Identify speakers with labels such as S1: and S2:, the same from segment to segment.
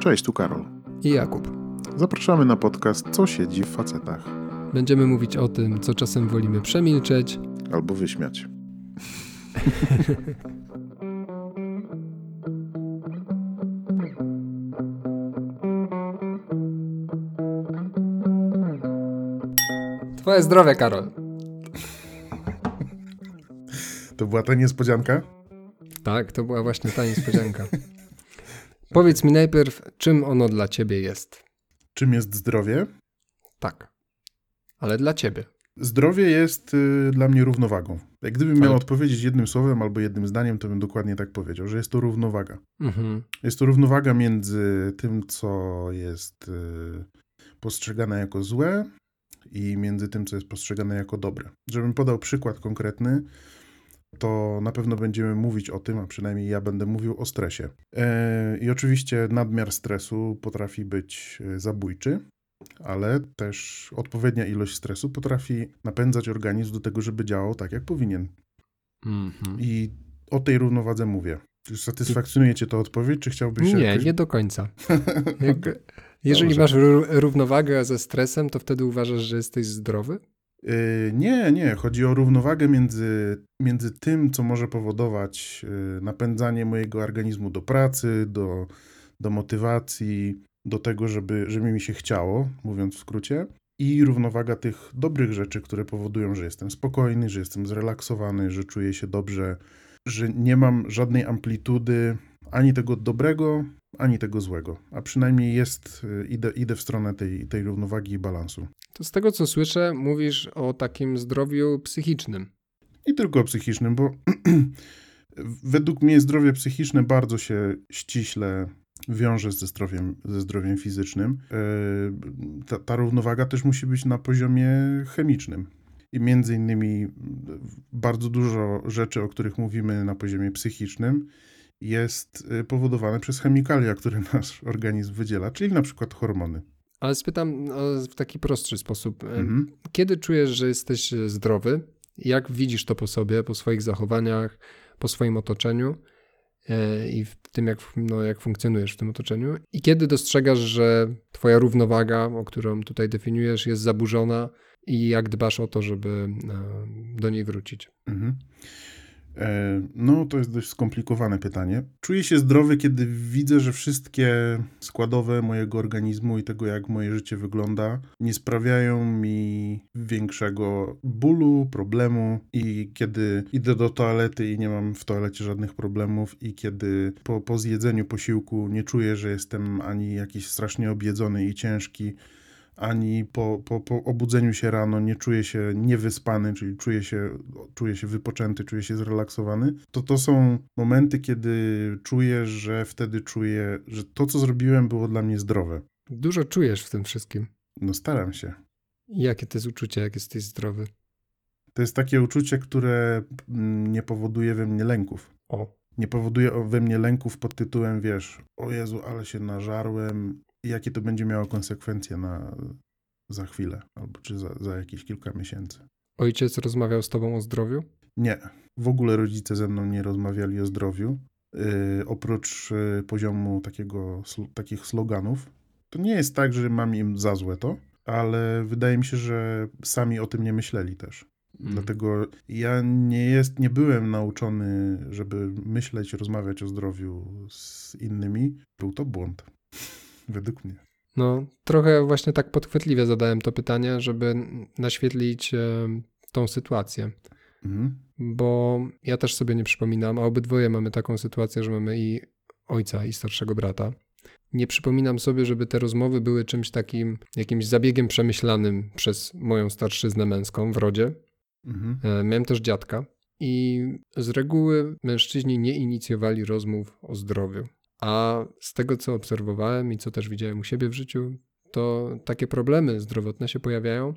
S1: Cześć, tu Karol.
S2: I Jakub.
S1: Zapraszamy na podcast Co siedzi w facetach.
S2: Będziemy mówić o tym, co czasem wolimy przemilczeć.
S1: Albo wyśmiać.
S2: Twoje zdrowie, Karol.
S1: To była ta niespodzianka?
S2: Tak, to była właśnie ta niespodzianka. Powiedz mi najpierw, czym ono dla ciebie jest.
S1: Czym jest zdrowie?
S2: Tak, ale dla ciebie.
S1: Zdrowie jest dla mnie równowagą. Jak gdybym miał odpowiedzieć jednym słowem albo jednym zdaniem, to bym dokładnie tak powiedział, że jest to równowaga. Jest to równowaga między tym, co jest postrzegane jako złe i między tym, co jest postrzegane jako dobre. Żebym podał przykład konkretny, to na pewno będziemy mówić o tym, a przynajmniej ja będę mówił o stresie. I oczywiście nadmiar stresu potrafi być zabójczy, ale też odpowiednia ilość stresu potrafi napędzać organizm do tego, żeby działał tak, jak powinien. I o tej równowadze mówię. Czy satysfakcjonuje cię to odpowiedź, czy chciałbyś się...
S2: Nie do końca. Jeżeli masz równowagę ze stresem, to wtedy uważasz, że jesteś zdrowy?
S1: Nie. Chodzi o równowagę między tym, co może powodować napędzanie mojego organizmu do pracy, do motywacji, do tego, żeby mi się chciało, mówiąc w skrócie, i równowaga tych dobrych rzeczy, które powodują, że jestem spokojny, że jestem zrelaksowany, że czuję się dobrze, że nie mam żadnej amplitudy ani tego dobrego, ani tego złego. A przynajmniej idę w stronę tej równowagi i balansu.
S2: To z tego, co słyszę, mówisz o takim zdrowiu psychicznym.
S1: Nie tylko o psychicznym, bo według mnie zdrowie psychiczne bardzo się ściśle wiąże ze zdrowiem fizycznym. Ta równowaga też musi być na poziomie chemicznym. I między innymi bardzo dużo rzeczy, o których mówimy na poziomie psychicznym, jest powodowane przez chemikalia, które nasz organizm wydziela, czyli na przykład hormony.
S2: Ale spytam w taki prostszy sposób. Kiedy czujesz, że jesteś zdrowy? Jak widzisz to po sobie, po swoich zachowaniach, po swoim otoczeniu i w tym, jak funkcjonujesz w tym otoczeniu? I kiedy dostrzegasz, że twoja równowaga, o którą tutaj definiujesz, jest zaburzona i jak dbasz o to, żeby do niej wrócić?
S1: No, to jest dość skomplikowane pytanie. Czuję się zdrowy, kiedy widzę, że wszystkie składowe mojego organizmu i tego, jak moje życie wygląda, nie sprawiają mi większego bólu, problemu i kiedy idę do toalety i nie mam w toalecie żadnych problemów i kiedy po zjedzeniu posiłku nie czuję, że jestem ani jakiś strasznie objedzony i ciężki, ani po obudzeniu się rano nie czuję się niewyspany, czyli czuję się wypoczęty, czuję się zrelaksowany, to są momenty, kiedy wtedy czuję, że to, co zrobiłem, było dla mnie zdrowe.
S2: Dużo czujesz w tym wszystkim.
S1: No staram się.
S2: I jakie to jest uczucie, jak jesteś zdrowy?
S1: To jest takie uczucie, które nie powoduje we mnie lęków. Nie powoduje we mnie lęków pod tytułem, o Jezu, ale się nażarłem, i jakie to będzie miało konsekwencje za chwilę, albo czy za jakieś kilka miesięcy.
S2: Ojciec rozmawiał z tobą o zdrowiu?
S1: Nie. W ogóle rodzice ze mną nie rozmawiali o zdrowiu. Oprócz poziomu takich sloganów. To nie jest tak, że mam im za złe to, ale wydaje mi się, że sami o tym nie myśleli też. Dlatego ja nie byłem nauczony, żeby myśleć, rozmawiać o zdrowiu z innymi. Był to błąd. Według mnie.
S2: No, trochę właśnie tak podchwytliwie zadałem to pytanie, żeby naświetlić tą sytuację. Bo ja też sobie nie przypominam, a obydwoje mamy taką sytuację, że mamy i ojca, i starszego brata. Nie przypominam sobie, żeby te rozmowy były czymś takim, jakimś zabiegiem przemyślanym przez moją starszyznę męską w rodzie. Miałem też dziadka i z reguły mężczyźni nie inicjowali rozmów o zdrowiu. A z tego, co obserwowałem i co też widziałem u siebie w życiu, to takie problemy zdrowotne się pojawiają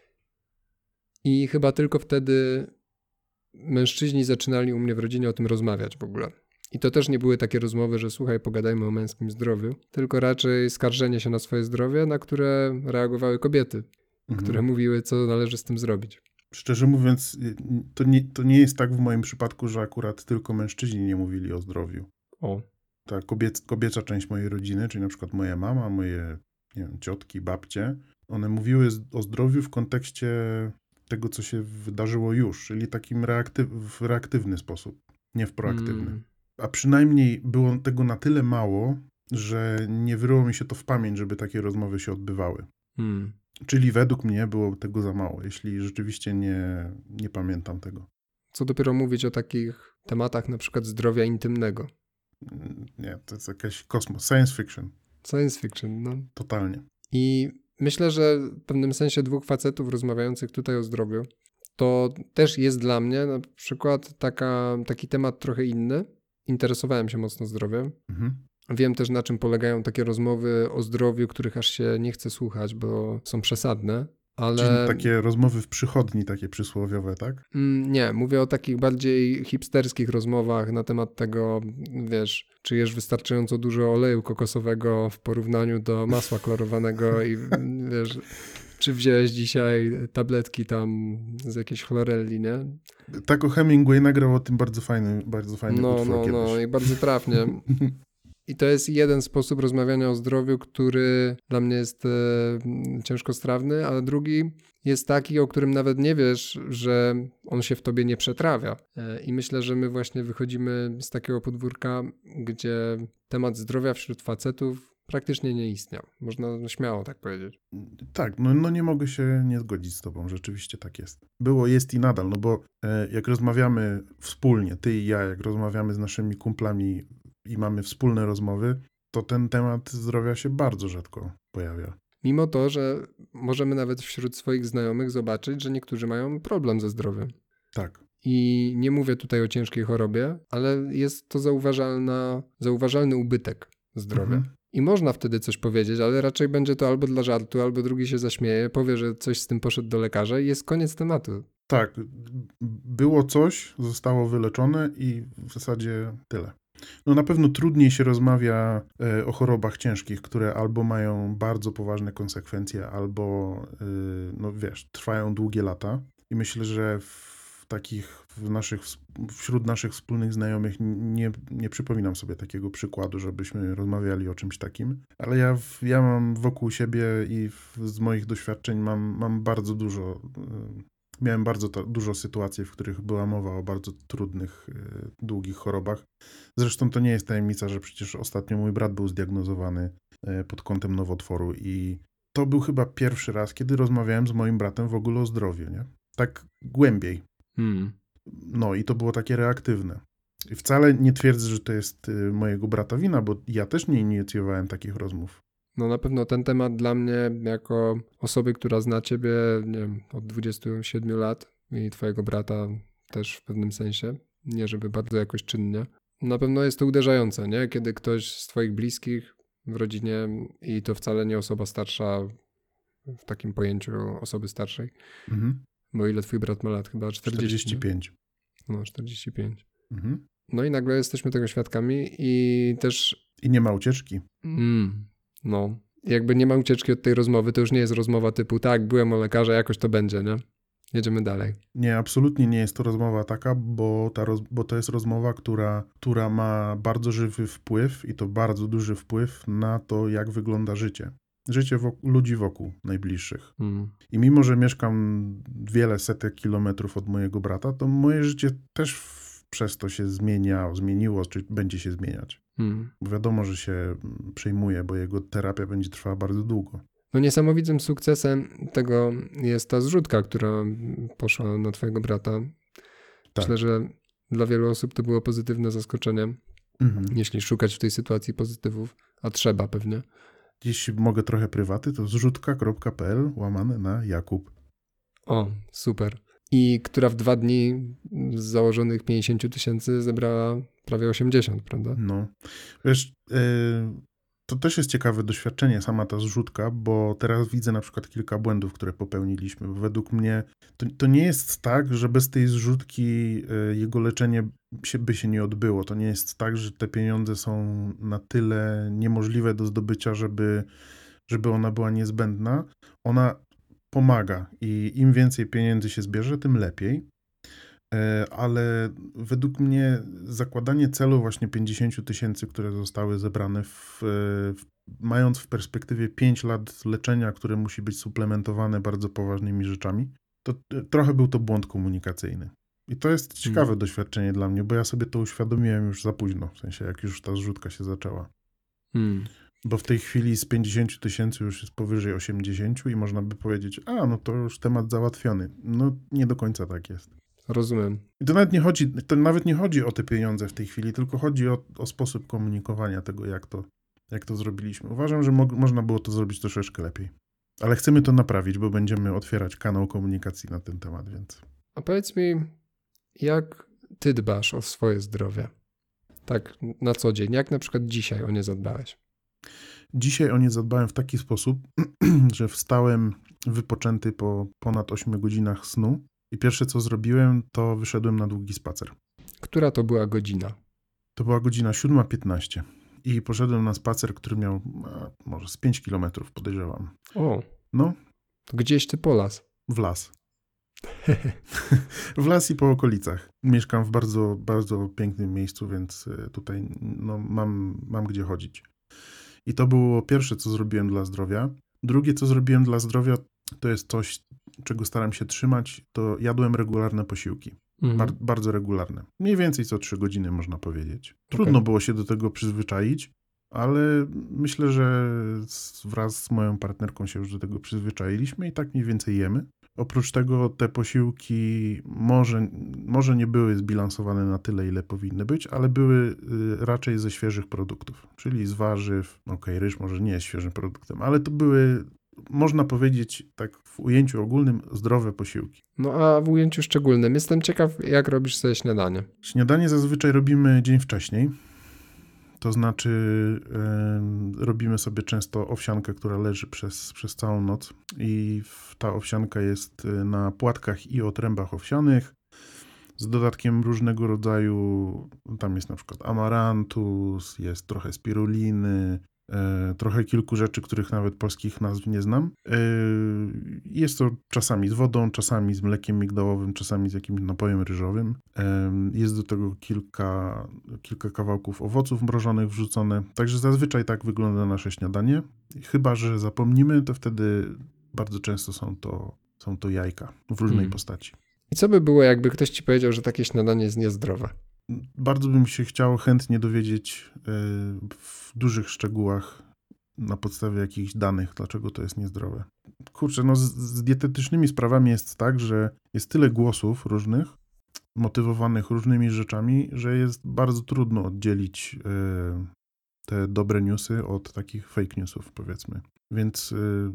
S2: i chyba tylko wtedy mężczyźni zaczynali u mnie w rodzinie o tym rozmawiać w ogóle. I to też nie były takie rozmowy, że słuchaj, pogadajmy o męskim zdrowiu, tylko raczej skarżenie się na swoje zdrowie, na które reagowały kobiety, które mówiły, co należy z tym zrobić.
S1: Szczerze mówiąc, to nie jest tak w moim przypadku, że akurat tylko mężczyźni nie mówili o zdrowiu. ta kobieca część mojej rodziny, czyli na przykład moja mama, moje, nie wiem, ciotki, babcie, one mówiły o zdrowiu w kontekście tego, co się wydarzyło już, czyli takim w reaktywny sposób, nie w proaktywny. A przynajmniej było tego na tyle mało, że nie wyryło mi się to w pamięć, żeby takie rozmowy się odbywały. Czyli według mnie było tego za mało, jeśli rzeczywiście nie pamiętam tego.
S2: Co dopiero mówić o takich tematach na przykład zdrowia intymnego.
S1: Nie, to jest jakaś kosmos, science fiction.
S2: Science fiction, no.
S1: Totalnie.
S2: I myślę, że w pewnym sensie dwóch facetów rozmawiających tutaj o zdrowiu, to też jest dla mnie na przykład taki temat trochę inny. Interesowałem się mocno zdrowiem. Wiem też, na czym polegają takie rozmowy o zdrowiu, których aż się nie chce słuchać, bo są przesadne. Ale...
S1: Czyli takie rozmowy w przychodni, takie przysłowiowe, tak?
S2: Nie, mówię o takich bardziej hipsterskich rozmowach na temat tego, wiesz, czy jesz wystarczająco dużo oleju kokosowego w porównaniu do masła klorowanego i wiesz, czy wziąłeś dzisiaj tabletki tam z jakiejś chlorelli, nie?
S1: Taco Hemingway nagrał o tym bardzo fajny utwór
S2: No i bardzo trafnie. I to jest jeden sposób rozmawiania o zdrowiu, który dla mnie jest ciężkostrawny, a drugi jest taki, o którym nawet nie wiesz, że on się w tobie nie przetrawia. I myślę, że my właśnie wychodzimy z takiego podwórka, gdzie temat zdrowia wśród facetów praktycznie nie istniał. Można śmiało tak powiedzieć.
S1: Tak, no nie mogę się nie zgodzić z tobą, rzeczywiście tak jest. Było, jest i nadal, no bo jak rozmawiamy wspólnie, ty i ja, jak rozmawiamy z naszymi kumplami i mamy wspólne rozmowy, to ten temat zdrowia się bardzo rzadko pojawia.
S2: Mimo to, że możemy nawet wśród swoich znajomych zobaczyć, że niektórzy mają problem ze zdrowiem.
S1: Tak.
S2: I nie mówię tutaj o ciężkiej chorobie, ale jest to zauważalny ubytek zdrowia. I można wtedy coś powiedzieć, ale raczej będzie to albo dla żartu, albo drugi się zaśmieje, powie, że coś z tym poszedł do lekarza i jest koniec tematu.
S1: Tak, było coś, zostało wyleczone i w zasadzie tyle. No na pewno trudniej się rozmawia o chorobach ciężkich, które albo mają bardzo poważne konsekwencje, albo no wiesz, trwają długie lata. I myślę, że wśród naszych wspólnych znajomych nie przypominam sobie takiego przykładu, żebyśmy rozmawiali o czymś takim. Ale ja mam wokół siebie i z moich doświadczeń mam bardzo dużo. Miałem bardzo dużo sytuacji, w których była mowa o bardzo trudnych, długich chorobach. Zresztą to nie jest tajemnica, że przecież ostatnio mój brat był zdiagnozowany pod kątem nowotworu i to był chyba pierwszy raz, kiedy rozmawiałem z moim bratem w ogóle o zdrowiu, nie? Tak głębiej. No i to było takie reaktywne. I wcale nie twierdzę, że to jest mojego brata wina, bo ja też nie inicjowałem takich rozmów.
S2: No na pewno ten temat dla mnie, jako osoby, która zna ciebie, nie wiem, od 27 lat i twojego brata też w pewnym sensie, nie żeby bardzo jakoś czynnie, na pewno jest to uderzające, nie? Kiedy ktoś z twoich bliskich w rodzinie i to wcale nie osoba starsza w takim pojęciu osoby starszej, bo ile twój brat ma lat? Chyba
S1: 45.
S2: No 45. No i nagle jesteśmy tego świadkami i też...
S1: I nie ma ucieczki.
S2: No, jakby nie ma ucieczki od tej rozmowy, to już nie jest rozmowa typu tak, byłem u lekarza, jakoś to będzie, nie? Jedziemy dalej.
S1: Nie, absolutnie nie jest to rozmowa taka, bo to jest rozmowa, która ma bardzo żywy wpływ i to bardzo duży wpływ na to, jak wygląda życie. Życie ludzi wokół, najbliższych. I mimo, że mieszkam wiele setek kilometrów od mojego brata, to moje życie też przez to się zmieniło, czy będzie się zmieniać. Bo wiadomo, że się przejmuje, bo jego terapia będzie trwała bardzo długo.
S2: No niesamowitym sukcesem tego jest ta zrzutka, która poszła na twojego brata. Tak. Myślę, że dla wielu osób to było pozytywne zaskoczenie, jeśli szukać w tej sytuacji pozytywów, a trzeba pewnie.
S1: Jeśli mogę trochę prywaty, to zrzutka.pl /Jakub.
S2: O, super. I która w 2 dni z założonych 50 000 zebrała prawie 80, prawda?
S1: No. Wiesz, to też jest ciekawe doświadczenie, sama ta zrzutka, bo teraz widzę na przykład kilka błędów, które popełniliśmy. Według mnie to nie jest tak, że bez tej zrzutki jego leczenie by się nie odbyło. To nie jest tak, że te pieniądze są na tyle niemożliwe do zdobycia, żeby ona była niezbędna. Ona pomaga i im więcej pieniędzy się zbierze, tym lepiej. Ale według mnie zakładanie celu właśnie 50 000, które zostały zebrane, mając w perspektywie 5 lat leczenia, które musi być suplementowane bardzo poważnymi rzeczami, to trochę był to błąd komunikacyjny. I to jest ciekawe doświadczenie dla mnie, bo ja sobie to uświadomiłem już za późno, w sensie jak już ta zrzutka się zaczęła. Bo w tej chwili z 50 000 już jest powyżej 80 i można by powiedzieć, no to już temat załatwiony. No nie do końca tak jest.
S2: Rozumiem.
S1: I to nawet nie chodzi o te pieniądze w tej chwili, tylko chodzi o sposób komunikowania tego, jak to zrobiliśmy. Uważam, że można było to zrobić troszeczkę lepiej. Ale chcemy to naprawić, bo będziemy otwierać kanał komunikacji na ten temat, więc...
S2: A powiedz mi, jak ty dbasz o swoje zdrowie? Tak na co dzień. Jak na przykład dzisiaj o nie zadbałeś?
S1: Dzisiaj o nie zadbałem w taki sposób, że wstałem wypoczęty po ponad 8 godzinach snu i pierwsze co zrobiłem, to wyszedłem na długi spacer. Która
S2: to była godzina?
S1: To była godzina 7:15 i poszedłem na spacer, który miał może z 5 kilometrów, podejrzewam.
S2: O,
S1: no.
S2: To gdzieś ty po las?
S1: W las. W las i po okolicach. Mieszkam w bardzo, bardzo pięknym miejscu, więc tutaj mam gdzie chodzić. I to było pierwsze, co zrobiłem dla zdrowia. Drugie, co zrobiłem dla zdrowia, to jest coś, czego staram się trzymać, to jadłem regularne posiłki. Bardzo regularne. Mniej więcej co 3 godziny, można powiedzieć. Trudno było się do tego przyzwyczaić, ale myślę, że wraz z moją partnerką się już do tego przyzwyczailiśmy i tak mniej więcej jemy. Oprócz tego te posiłki może nie były zbilansowane na tyle, ile powinny być, ale były raczej ze świeżych produktów, czyli z warzyw. Ryż może nie jest świeżym produktem, ale to były, można powiedzieć tak w ujęciu ogólnym, zdrowe posiłki.
S2: No a w ujęciu szczególnym jestem ciekaw, jak robisz sobie śniadanie?
S1: Śniadanie zazwyczaj robimy dzień wcześniej. To znaczy robimy sobie często owsiankę, która leży przez całą noc i ta owsianka jest na płatkach i otrębach owsianych z dodatkiem różnego rodzaju, tam jest na przykład amarantus, jest trochę spiruliny, trochę kilku rzeczy, których nawet polskich nazw nie znam. Jest to czasami z wodą, czasami z mlekiem migdałowym, czasami z jakimś napojem ryżowym. Jest do tego kilka kawałków owoców mrożonych wrzucone. Także zazwyczaj tak wygląda nasze śniadanie. Chyba że zapomnimy, to wtedy bardzo często są to jajka w różnej postaci.
S2: I co by było, jakby ktoś ci powiedział, że takie śniadanie jest niezdrowe?
S1: Bardzo bym się chciał chętnie dowiedzieć w dużych szczegółach na podstawie jakichś danych, dlaczego to jest niezdrowe. Kurczę, z dietetycznymi sprawami jest tak, że jest tyle głosów różnych, motywowanych różnymi rzeczami, że jest bardzo trudno oddzielić te dobre newsy od takich fake newsów, powiedzmy. Więc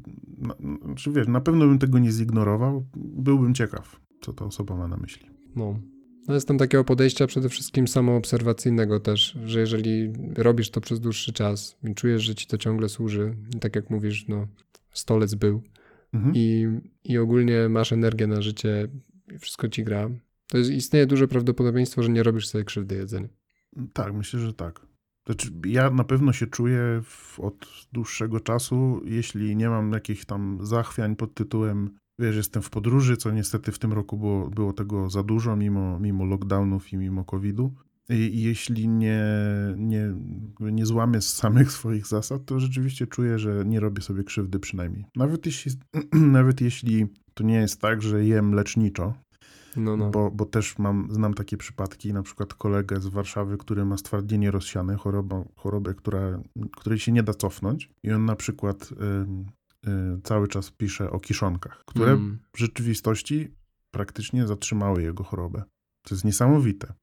S1: na pewno bym tego nie zignorował. Byłbym ciekaw, co ta osoba ma na myśli.
S2: No jestem takiego podejścia przede wszystkim samoobserwacyjnego też, że jeżeli robisz to przez dłuższy czas i czujesz, że ci to ciągle służy, tak jak mówisz, stolec był i ogólnie masz energię na życie i wszystko ci gra, to istnieje duże prawdopodobieństwo, że nie robisz sobie krzywdy jedzeniu.
S1: Tak, myślę, że tak. Znaczy, ja na pewno się czuję od dłuższego czasu, jeśli nie mam jakichś tam zachwiań pod tytułem jestem w podróży, co niestety w tym roku było tego za dużo, mimo lockdownów i mimo COVID-u. I jeśli nie złamię z samych swoich zasad, to rzeczywiście czuję, że nie robię sobie krzywdy przynajmniej. Nawet jeśli to nie jest tak, że jem leczniczo, Bo też znam takie przypadki, na przykład kolegę z Warszawy, który ma stwardnienie rozsiane, chorobę, której się nie da cofnąć i on na przykład cały czas pisze o kiszonkach, które w rzeczywistości praktycznie zatrzymały jego chorobę. To jest niesamowite.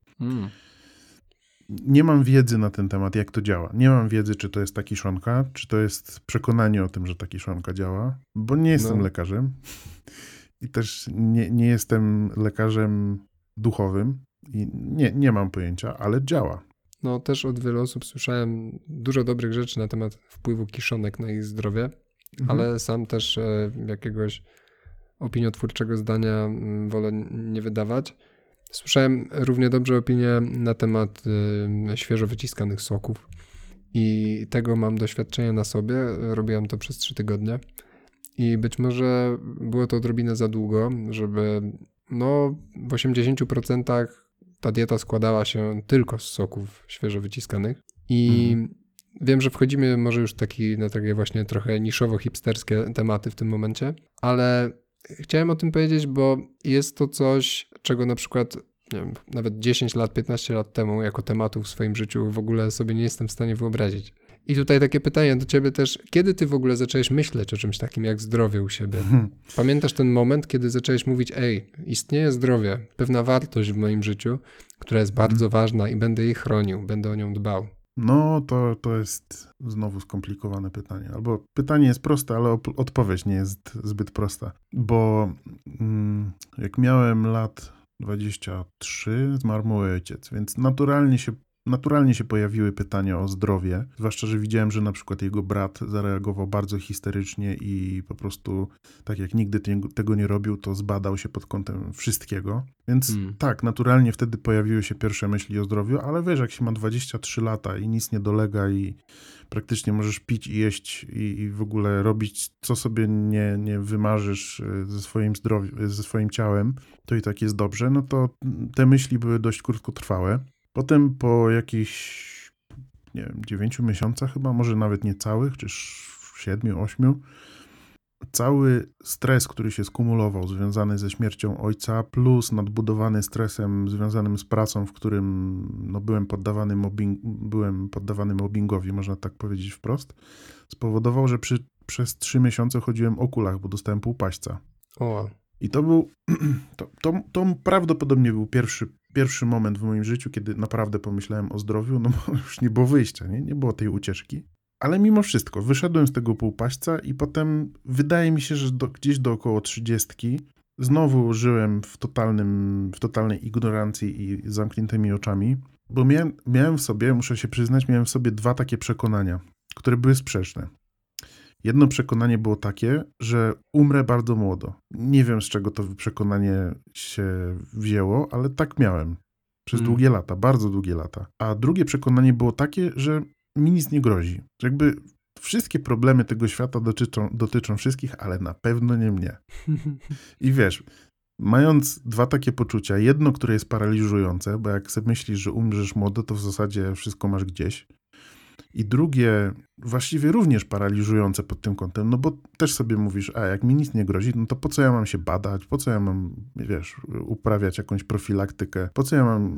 S1: Nie mam wiedzy na ten temat, jak to działa. Nie mam wiedzy, czy to jest ta kiszonka, czy to jest przekonanie o tym, że ta kiszonka działa, bo nie jestem lekarzem i też nie jestem lekarzem duchowym i nie mam pojęcia, ale działa.
S2: Też od wielu osób słyszałem dużo dobrych rzeczy na temat wpływu kiszonek na ich zdrowie, ale sam też jakiegoś opiniotwórczego zdania wolę nie wydawać. Słyszałem równie dobrze opinie na temat świeżo wyciskanych soków i tego mam doświadczenie na sobie. Robiłem to przez 3 tygodnie i być może było to odrobinę za długo, żeby no w 80% ta dieta składała się tylko z soków świeżo wyciskanych i wiem, że wchodzimy może już na takie właśnie trochę niszowo-hipsterskie tematy w tym momencie, ale chciałem o tym powiedzieć, bo jest to coś, czego na przykład nie wiem, nawet 10 lat, 15 lat temu jako tematu w swoim życiu w ogóle sobie nie jestem w stanie wyobrazić. I tutaj takie pytanie do ciebie też, kiedy ty w ogóle zacząłeś myśleć o czymś takim jak zdrowie u siebie? Pamiętasz ten moment, kiedy zacząłeś mówić, istnieje zdrowie, pewna wartość w moim życiu, która jest bardzo ważna i będę jej chronił, będę o nią dbał.
S1: No, to jest znowu skomplikowane pytanie. Albo pytanie jest proste, ale odpowiedź nie jest zbyt prosta. Bo jak miałem lat 23, zmarł mój ojciec, więc naturalnie się pojawiły pytania o zdrowie, zwłaszcza, że widziałem, że na przykład jego brat zareagował bardzo histerycznie i po prostu, tak jak nigdy tego nie robił, to zbadał się pod kątem wszystkiego. Więc tak, naturalnie wtedy pojawiły się pierwsze myśli o zdrowiu, ale wiesz, jak się ma 23 lata i nic nie dolega i praktycznie możesz pić i jeść i w ogóle robić, co sobie nie wymarzysz ze swoim ciałem, to i tak jest dobrze, no to te myśli były dość krótkotrwałe. Potem po jakichś, 9 miesiącach chyba, może nawet nie całych, czy 7, 8, cały stres, który się skumulował, związany ze śmiercią ojca, plus nadbudowany stresem związanym z pracą, w którym byłem poddawany mobbingowi, można tak powiedzieć wprost, spowodował, że przez 3 miesiące chodziłem o kulach, bo dostałem półpaśca. I to był, to prawdopodobnie był pierwszy moment w moim życiu, kiedy naprawdę pomyślałem o zdrowiu, no bo już nie było wyjścia, nie było tej ucieczki. Ale mimo wszystko, wyszedłem z tego półpaśca i potem wydaje mi się, że gdzieś do około 30 znowu żyłem w totalnej ignorancji i zamkniętymi oczami, bo miałem w sobie, muszę się przyznać, miałem w sobie 2 takie przekonania, które były sprzeczne. Jedno przekonanie było takie, że umrę bardzo młodo. Nie wiem, z czego to przekonanie się wzięło, ale tak miałem. Przez długie lata, bardzo długie lata. A drugie przekonanie było takie, że mi nic nie grozi. Jakby wszystkie problemy tego świata dotyczą wszystkich, ale na pewno nie mnie. I wiesz, mając 2 takie poczucia, jedno, które jest paraliżujące, bo jak sobie myślisz, że umrzesz młodo, to w zasadzie wszystko masz gdzieś. I drugie, właściwie również paraliżujące pod tym kątem, no bo też sobie mówisz, jak mi nic nie grozi, no to po co ja mam się badać, po co ja mam, wiesz, uprawiać jakąś profilaktykę, po co ja mam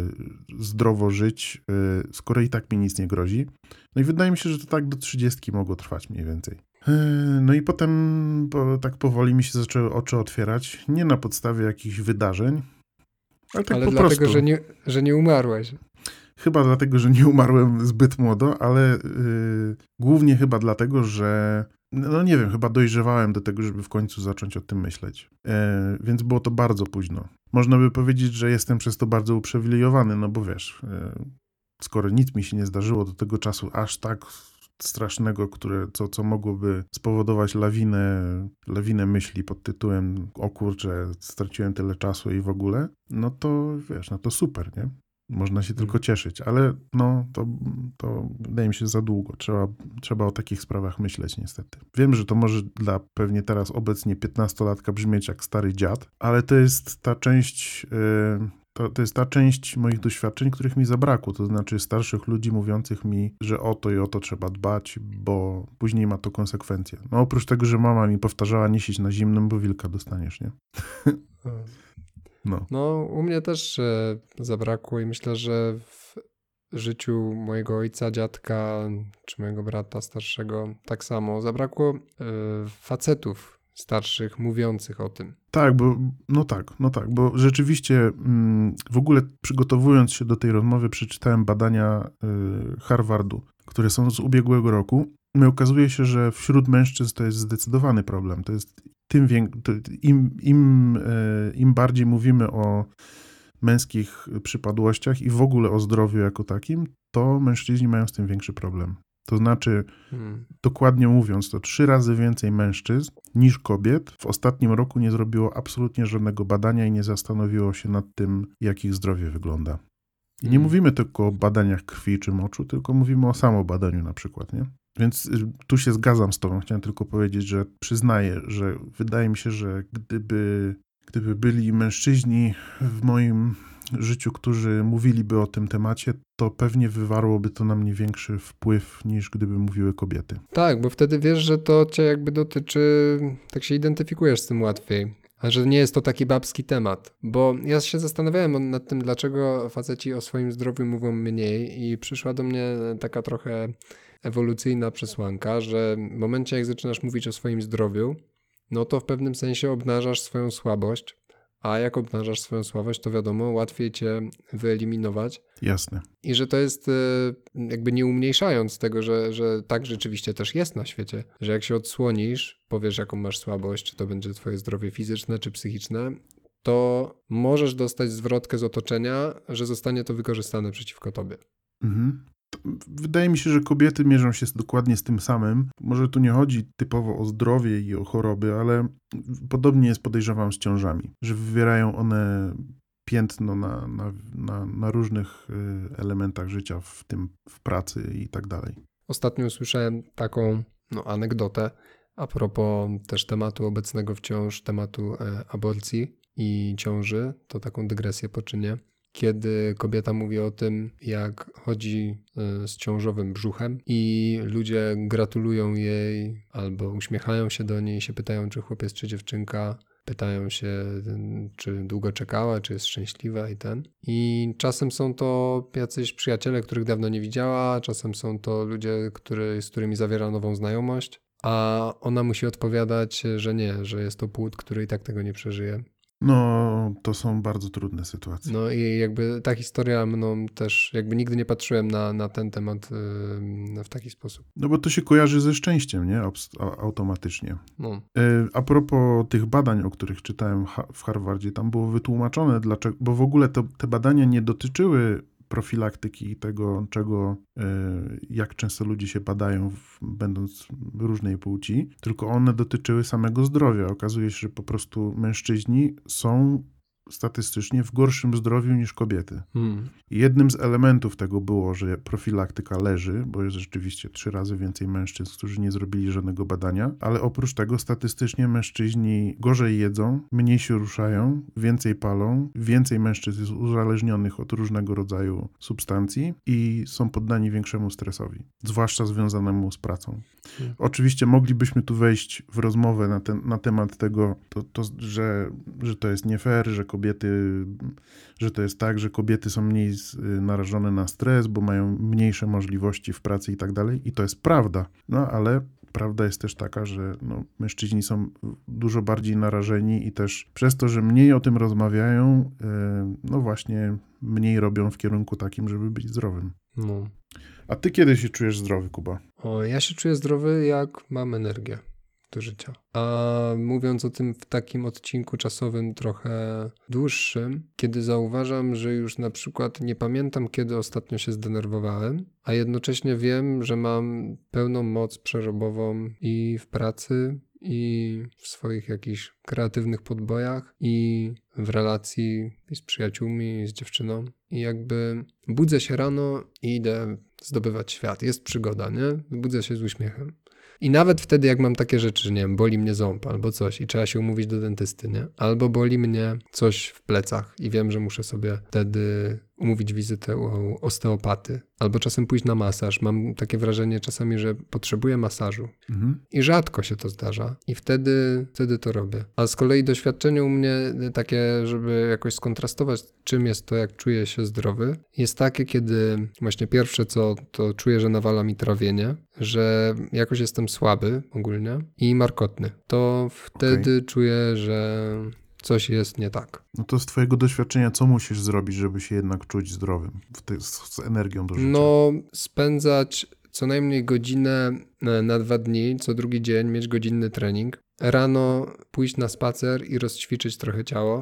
S1: zdrowo żyć, skoro i tak mi nic nie grozi. No i wydaje mi się, że to tak do 30 mogło trwać mniej więcej. No i potem tak powoli mi się zaczęły oczy otwierać, nie na podstawie jakichś wydarzeń, ale tak po
S2: dlatego,
S1: prostu.
S2: że nie umarłeś.
S1: Chyba dlatego, że nie umarłem zbyt młodo, ale głównie chyba dlatego, że no nie wiem, chyba dojrzewałem do tego, żeby w końcu zacząć o tym myśleć. Więc było to bardzo późno. Można by powiedzieć, że jestem przez to bardzo uprzywilejowany, no bo wiesz, skoro nic mi się nie zdarzyło do tego czasu aż tak strasznego, co mogłoby spowodować lawinę myśli pod tytułem o kurczę, straciłem tyle czasu i w ogóle, no to wiesz, no to super, nie? Można się tylko cieszyć, ale no to wydaje mi się za długo. Trzeba o takich sprawach myśleć niestety. Wiem, że to może dla pewnie teraz obecnie 15-latka brzmieć jak stary dziad, ale to jest ta część, to jest ta część moich doświadczeń, których mi zabrakło. To znaczy starszych ludzi mówiących mi, że o to i o to trzeba dbać, bo później ma to konsekwencje. No oprócz tego, że mama mi powtarzała, nie siedź na zimnym, bo wilka dostaniesz, nie?
S2: No, u mnie też zabrakło i myślę, że w życiu mojego ojca, dziadka czy mojego brata starszego tak samo zabrakło facetów starszych mówiących o tym.
S1: Tak, bo rzeczywiście w ogóle przygotowując się do tej rozmowy przeczytałem badania Harvardu, które są z ubiegłego roku. No i okazuje się, że wśród mężczyzn to jest zdecydowany problem. To jest im bardziej mówimy o męskich przypadłościach i w ogóle o zdrowiu jako takim, to mężczyźni mają z tym większy problem. To znaczy, dokładnie mówiąc, to 3 razy więcej mężczyzn niż kobiet w ostatnim roku nie zrobiło absolutnie żadnego badania i nie zastanowiło się nad tym, jak ich zdrowie wygląda. I nie mówimy tylko o badaniach krwi czy moczu, tylko mówimy o samobadaniu na przykład, nie? Więc tu się zgadzam z tobą. Chciałem tylko powiedzieć, że przyznaję, że wydaje mi się, że gdyby byli mężczyźni w moim życiu, którzy mówiliby o tym temacie, to pewnie wywarłoby to na mnie większy wpływ niż gdyby mówiły kobiety.
S2: Tak, bo wtedy wiesz, że to cię jakby dotyczy, tak się identyfikujesz z tym łatwiej. A że nie jest to taki babski temat. Bo ja się zastanawiałem nad tym, dlaczego faceci o swoim zdrowiu mówią mniej i przyszła do mnie taka trochę ewolucyjna przesłanka, że w momencie jak zaczynasz mówić o swoim zdrowiu, no to w pewnym sensie obnażasz swoją słabość, a jak obnażasz swoją słabość, to wiadomo, łatwiej cię wyeliminować.
S1: Jasne.
S2: I że to jest jakby nie umniejszając tego, że tak rzeczywiście też jest na świecie, że jak się odsłonisz, powiesz jaką masz słabość, czy to będzie twoje zdrowie fizyczne, czy psychiczne, to możesz dostać zwrotkę z otoczenia, że zostanie to wykorzystane przeciwko tobie.
S1: Mhm. Wydaje mi się, że kobiety mierzą się dokładnie z tym samym. Może tu nie chodzi typowo o zdrowie i o choroby, ale podobnie jest, podejrzewam, z ciążami, że wywierają one piętno na różnych elementach życia, w tym w pracy i tak dalej.
S2: Ostatnio usłyszałem taką anegdotę a propos też tematu obecnego wciąż, tematu aborcji i ciąży, to taką dygresję poczynię. Kiedy kobieta mówi o tym, jak chodzi z ciążowym brzuchem i ludzie gratulują jej albo uśmiechają się do niej i się pytają, czy chłopiec, czy dziewczynka. Pytają się, czy długo czekała, czy jest szczęśliwa I czasem są to jacyś przyjaciele, których dawno nie widziała, czasem są to ludzie, z którymi zawiera nową znajomość, a ona musi odpowiadać, że nie, że jest to płód, który i tak tego nie przeżyje.
S1: No, to są bardzo trudne sytuacje.
S2: No i jakby ta historia mną też, jakby nigdy nie patrzyłem na ten temat w taki sposób.
S1: No bo to się kojarzy ze szczęściem, nie? Automatycznie.
S2: No.
S1: A propos tych badań, o których czytałem w Harvardzie, tam było wytłumaczone, dlaczego, bo w ogóle te badania nie dotyczyły profilaktyki i tego, jak często ludzie się badają, będąc różnej płci, tylko one dotyczyły samego zdrowia. Okazuje się, że po prostu mężczyźni są statystycznie w gorszym zdrowiu niż kobiety. Jednym z elementów tego było, że profilaktyka leży, bo jest rzeczywiście 3 razy więcej mężczyzn, którzy nie zrobili żadnego badania, ale oprócz tego statystycznie mężczyźni gorzej jedzą, mniej się ruszają, więcej palą, więcej mężczyzn jest uzależnionych od różnego rodzaju substancji i są poddani większemu stresowi, zwłaszcza związanemu z pracą. Oczywiście moglibyśmy tu wejść w rozmowę na temat tego, że to jest nie fair, że to jest tak, że kobiety są mniej narażone na stres, bo mają mniejsze możliwości w pracy i tak dalej. I to jest prawda. No ale prawda jest też taka, że mężczyźni są dużo bardziej narażeni i też przez to, że mniej o tym rozmawiają, właśnie mniej robią w kierunku takim, żeby być zdrowym.
S2: No.
S1: A ty kiedy się czujesz zdrowy, Kuba?
S2: Ja się czuję zdrowy, jak mam energię do życia. A mówiąc o tym w takim odcinku czasowym trochę dłuższym, kiedy zauważam, że już na przykład nie pamiętam, kiedy ostatnio się zdenerwowałem, a jednocześnie wiem, że mam pełną moc przerobową i w pracy, i w swoich jakichś kreatywnych podbojach, i w relacji i z przyjaciółmi, i z dziewczyną. I jakby budzę się rano i idę zdobywać świat. Jest przygoda, nie? Budzę się z uśmiechem. I nawet wtedy, jak mam takie rzeczy, nie wiem, boli mnie ząb albo coś i trzeba się umówić do dentysty, nie? Albo boli mnie coś w plecach i wiem, że muszę sobie wtedy umówić wizytę u osteopaty. Albo czasem pójść na masaż. Mam takie wrażenie czasami, że potrzebuję masażu. I rzadko się to zdarza. I wtedy to robię. A z kolei doświadczenie u mnie takie, żeby jakoś skontrastować, czym jest to, jak czuję się zdrowy, jest takie, kiedy właśnie pierwsze co, to czuję, że nawala mi trawienie, że jakoś jestem słaby ogólnie i markotny. To wtedy czuję, że coś jest nie tak.
S1: No to z twojego doświadczenia, co musisz zrobić, żeby się jednak czuć zdrowym, z energią do życia?
S2: No, spędzać co najmniej godzinę na 2 dni, co drugi dzień mieć godzinny trening. Rano pójść na spacer i rozćwiczyć trochę ciało.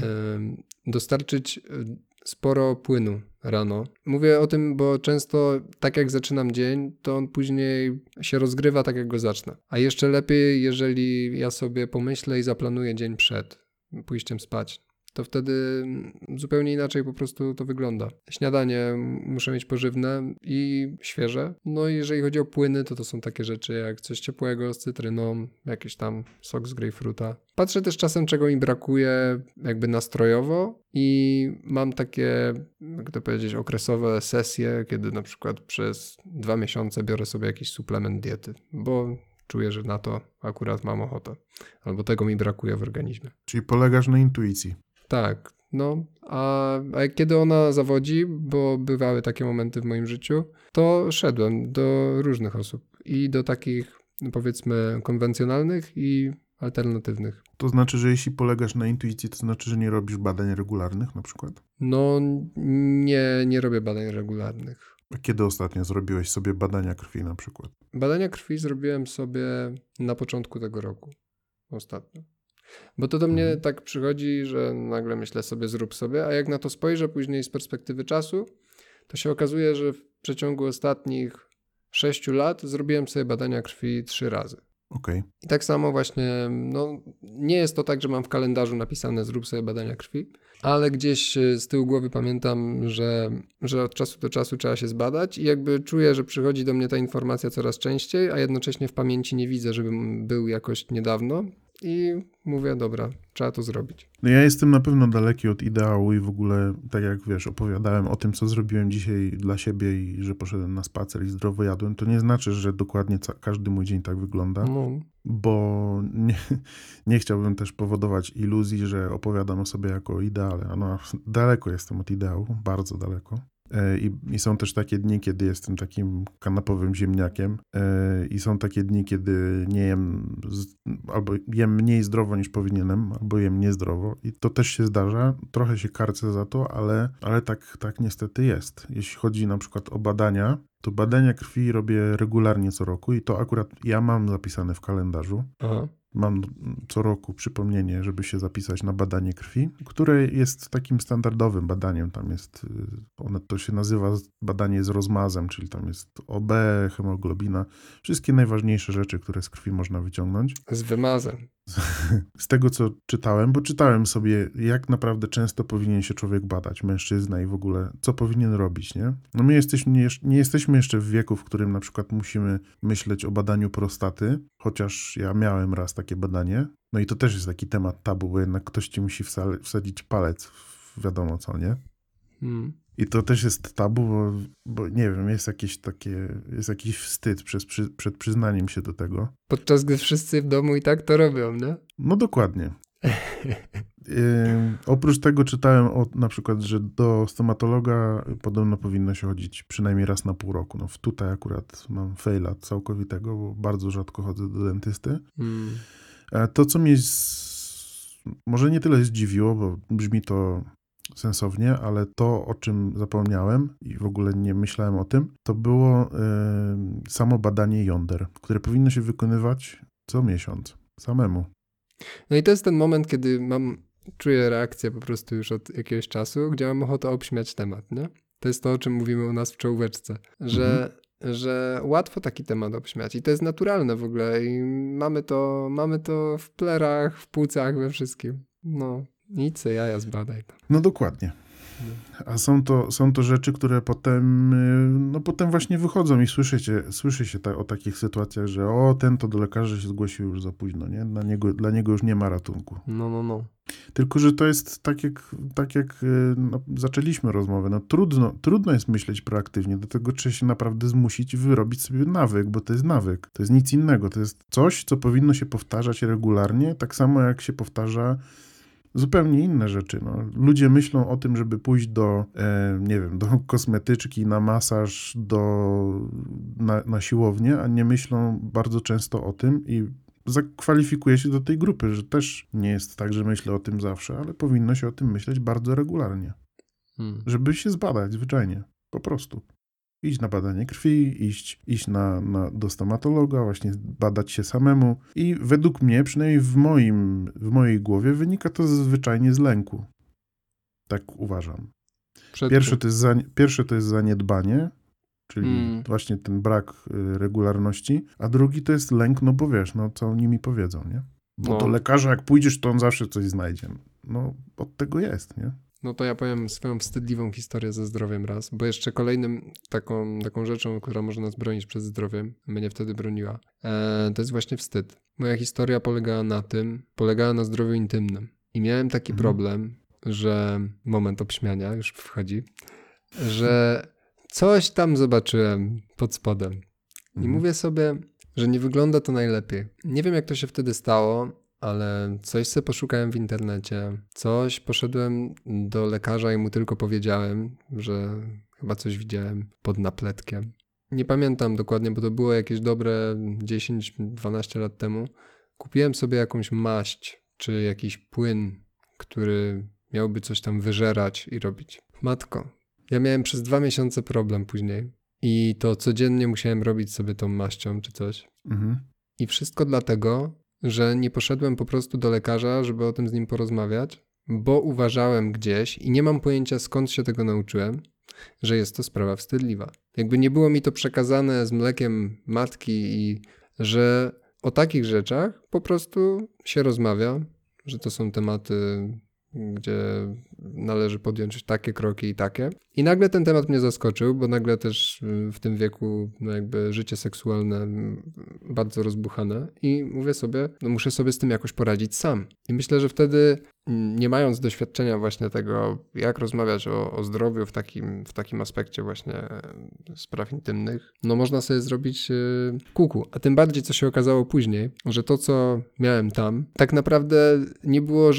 S2: Dostarczyć sporo płynu rano. Mówię o tym, bo często tak jak zaczynam dzień, to on później się rozgrywa tak jak go zacznę. A jeszcze lepiej, jeżeli ja sobie pomyślę i zaplanuję dzień przed pójściem spać. to wtedy zupełnie inaczej po prostu to wygląda. Śniadanie muszę mieć pożywne i świeże. No i jeżeli chodzi o płyny, to są takie rzeczy jak coś ciepłego z cytryną, jakiś tam sok z grejpfruta. Patrzę też czasem, czego mi brakuje jakby nastrojowo i mam takie, jak to powiedzieć, okresowe sesje, kiedy na przykład przez 2 miesiące biorę sobie jakiś suplement diety, bo czuję, że na to akurat mam ochotę. Albo tego mi brakuje w organizmie.
S1: Czyli polegasz na intuicji.
S2: Tak, no. A kiedy ona zawodzi, bo bywały takie momenty w moim życiu, to szedłem do różnych osób. I do takich, powiedzmy, konwencjonalnych i alternatywnych.
S1: To znaczy, że jeśli polegasz na intuicji, to znaczy, że nie robisz badań regularnych na przykład?
S2: No, nie robię badań regularnych.
S1: A kiedy ostatnio zrobiłeś sobie badania krwi na przykład?
S2: Badania krwi zrobiłem sobie na początku tego roku. Ostatnio. Bo to do mnie tak przychodzi, że nagle myślę sobie, zrób sobie, a jak na to spojrzę później z perspektywy czasu, to się okazuje, że w przeciągu ostatnich 6 lat zrobiłem sobie badania krwi 3 razy.
S1: Okay.
S2: I tak samo właśnie, no nie jest to tak, że mam w kalendarzu napisane zrób sobie badania krwi, ale gdzieś z tyłu głowy pamiętam, że od czasu do czasu trzeba się zbadać i jakby czuję, że przychodzi do mnie ta informacja coraz częściej, a jednocześnie w pamięci nie widzę, żebym był jakoś niedawno i mówię, dobra, trzeba to zrobić.
S1: No ja jestem na pewno daleki od ideału i w ogóle, tak jak wiesz, opowiadałem o tym, co zrobiłem dzisiaj dla siebie i że poszedłem na spacer i zdrowo jadłem, to nie znaczy, że dokładnie każdy mój dzień tak wygląda, bo nie chciałbym też powodować iluzji, że opowiadam o sobie jako o ideale. No, daleko jestem od ideału, bardzo daleko. I są też takie dni, kiedy jestem takim kanapowym ziemniakiem i są takie dni, kiedy nie jem albo jem mniej zdrowo niż powinienem, albo jem niezdrowo i to też się zdarza, trochę się karcę za to, ale tak niestety jest. Jeśli chodzi na przykład o badania, to badania krwi robię regularnie co roku i to akurat ja mam zapisane w kalendarzu.
S2: Aha.
S1: Mam co roku przypomnienie, żeby się zapisać na badanie krwi, które jest takim standardowym badaniem. Tam jest, to się nazywa badanie z rozmazem, czyli tam jest OB, hemoglobina, wszystkie najważniejsze rzeczy, które z krwi można wyciągnąć.
S2: Z wymazem.
S1: Z tego, co czytałem, bo czytałem sobie, jak naprawdę często powinien się człowiek badać, mężczyzna i w ogóle, co powinien robić, nie? No my nie jesteśmy jeszcze w wieku, w którym na przykład musimy myśleć o badaniu prostaty, chociaż ja miałem raz takie badanie. No i to też jest taki temat tabu, bo jednak ktoś ci musi wsadzić palec w wiadomo co, nie? I to też jest tabu, bo nie wiem, jest jakiś wstyd przed przyznaniem się do tego.
S2: Podczas gdy wszyscy w domu i tak to robią, nie?
S1: No dokładnie. Oprócz tego czytałem na przykład, że do stomatologa podobno powinno się chodzić przynajmniej raz na pół roku. No tutaj akurat mam faila całkowitego, bo bardzo rzadko chodzę do dentysty. To, co mnie może nie tyle zdziwiło, bo brzmi to sensownie, ale to, o czym zapomniałem i w ogóle nie myślałem o tym, to było samo badanie jąder, które powinno się wykonywać co miesiąc, samemu.
S2: No i to jest ten moment, kiedy czuję reakcję po prostu już od jakiegoś czasu, gdzie mam ochotę obśmiać temat, nie? To jest to, o czym mówimy u nas w czołóweczce, że łatwo taki temat obśmiać i to jest naturalne w ogóle i mamy to w plerach, w płucach, we wszystkim. No, nic se jaja zbadaj.
S1: No dokładnie. A są to rzeczy, które potem właśnie wychodzą i słyszy się o takich sytuacjach, że ten to do lekarza się zgłosił już za późno, nie? Dla niego już nie ma ratunku.
S2: No.
S1: Tylko, że to jest tak jak zaczęliśmy rozmowę, no trudno jest myśleć proaktywnie, do tego trzeba się naprawdę zmusić i wyrobić sobie nawyk, bo to jest nawyk, to jest nic innego, to jest coś, co powinno się powtarzać regularnie, tak samo jak się powtarza zupełnie inne rzeczy. No. Ludzie myślą o tym, żeby pójść do kosmetyczki, na masaż, na siłownię, a nie myślą bardzo często o tym i zakwalifikuję się do tej grupy, że też nie jest tak, że myślę o tym zawsze, ale powinno się o tym myśleć bardzo regularnie. Żeby się zbadać zwyczajnie. Po prostu. Iść na badanie krwi, iść do stomatologa, właśnie badać się samemu. I według mnie, przynajmniej w mojej głowie, wynika to zwyczajnie z lęku. Tak uważam. Pierwsze to jest zaniedbanie, czyli właśnie ten brak regularności, a drugi to jest lęk, no bo wiesz, no co oni mi powiedzą, nie? Bo do lekarza jak pójdziesz, to on zawsze coś znajdzie. no od tego jest, nie?
S2: No to ja powiem swoją wstydliwą historię ze zdrowiem raz, bo jeszcze kolejnym taką rzeczą, która może nas bronić przed zdrowiem, mnie wtedy broniła, to jest właśnie wstyd. Moja historia polegała na zdrowiu intymnym. I miałem taki problem, że moment obśmiania już wchodzi, że coś tam zobaczyłem pod spodem. I mówię sobie, że nie wygląda to najlepiej. Nie wiem, jak to się wtedy stało, ale coś sobie poszukałem w internecie, poszedłem do lekarza i mu tylko powiedziałem, że chyba coś widziałem pod napletkiem. Nie pamiętam dokładnie, bo to było jakieś dobre 10-12 lat temu. Kupiłem sobie jakąś maść, czy jakiś płyn, który miałby coś tam wyżerać i robić. Matko, ja miałem przez 2 miesiące problem później i to codziennie musiałem robić sobie tą maścią czy coś. I wszystko dlatego, że nie poszedłem po prostu do lekarza, żeby o tym z nim porozmawiać, bo uważałem gdzieś i nie mam pojęcia, skąd się tego nauczyłem, że jest to sprawa wstydliwa. Jakby nie było mi to przekazane z mlekiem matki i że o takich rzeczach po prostu się rozmawia, że to są tematy, gdzie należy podjąć takie kroki i takie. I nagle ten temat mnie zaskoczył, bo nagle też w tym wieku jakby życie seksualne bardzo rozbuchane i mówię sobie, no muszę sobie z tym jakoś poradzić sam. I myślę, że wtedy, nie mając doświadczenia właśnie tego, jak rozmawiać o zdrowiu w takim aspekcie właśnie spraw intymnych, no można sobie zrobić kuku. A tym bardziej, co się okazało później, że to, co miałem tam, tak naprawdę nie było